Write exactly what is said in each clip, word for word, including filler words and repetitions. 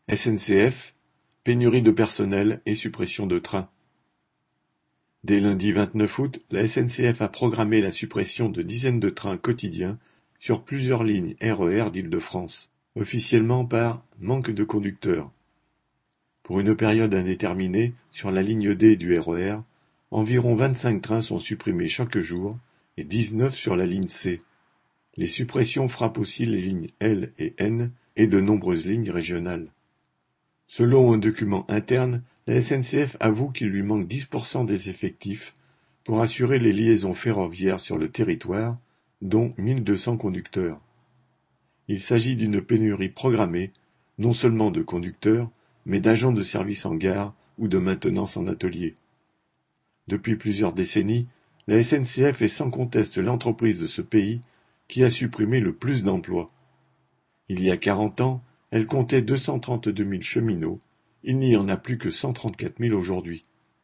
S N C F, pénurie de personnel et suppression de trains. Dès lundi vingt-neuf août, la S N C F a programmé la suppression de dizaines de trains quotidiens sur plusieurs lignes R E R d'Île-de-France, officiellement par manque de conducteurs. Pour une période indéterminée, sur la ligne D du R E R, environ vingt-cinq trains sont supprimés chaque jour et dix-neuf sur la ligne C. Les suppressions frappent aussi les lignes L et N et de nombreuses lignes régionales. Selon un document interne, la S N C F avoue qu'il lui manque dix pour cent des effectifs pour assurer les liaisons ferroviaires sur le territoire, dont mille deux cents conducteurs. Il s'agit d'une pénurie programmée, non seulement de conducteurs, mais d'agents de service en gare ou de maintenance en atelier. Depuis plusieurs décennies, la S N C F est sans conteste l'entreprise de ce pays qui a supprimé le plus d'emplois. Il y a quarante ans, elle comptait deux cent trente-deux mille cheminots, il n'y en a plus que cent trente-quatre mille aujourd'hui.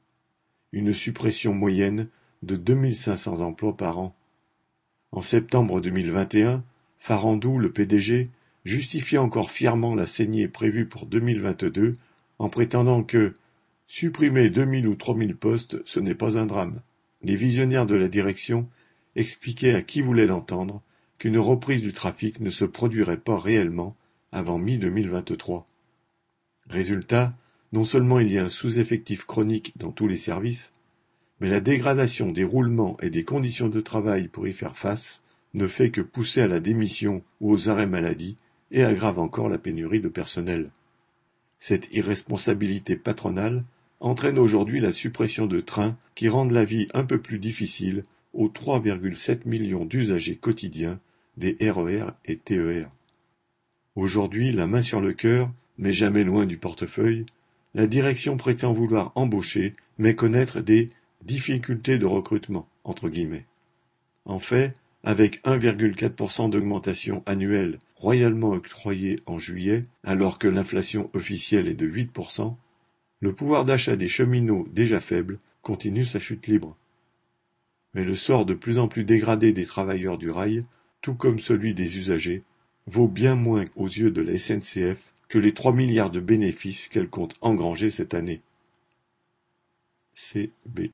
Une suppression moyenne de deux mille cinq cents emplois par an. En septembre deux mille vingt et un, Farandou, le P D G, justifiait encore fièrement la saignée prévue pour deux mille vingt-deux en prétendant que « supprimer deux mille ou trois mille postes, ce n'est pas un drame ». Les visionnaires de la direction expliquaient à qui voulait l'entendre qu'une reprise du trafic ne se produirait pas réellement avant mi deux mille vingt-trois. Résultat, non seulement il y a un sous-effectif chronique dans tous les services, mais la dégradation des roulements et des conditions de travail pour y faire face ne fait que pousser à la démission ou aux arrêts maladie et aggrave encore la pénurie de personnel. Cette irresponsabilité patronale entraîne aujourd'hui la suppression de trains qui rendent la vie un peu plus difficile aux trois virgule sept millions d'usagers quotidiens des R E R et T E R. Aujourd'hui, la main sur le cœur, mais jamais loin du portefeuille, la direction prétend vouloir embaucher, mais connaître des « difficultés de recrutement ». Entre guillemets. En fait, avec un virgule quatre pour cent d'augmentation annuelle royalement octroyée en juillet, alors que l'inflation officielle est de huit pour cent, le pouvoir d'achat des cheminots déjà faible continue sa chute libre. Mais le sort de plus en plus dégradé des travailleurs du rail, tout comme celui des usagers, vaut bien moins aux yeux de la S N C F que les trois milliards de bénéfices qu'elle compte engranger cette année. C B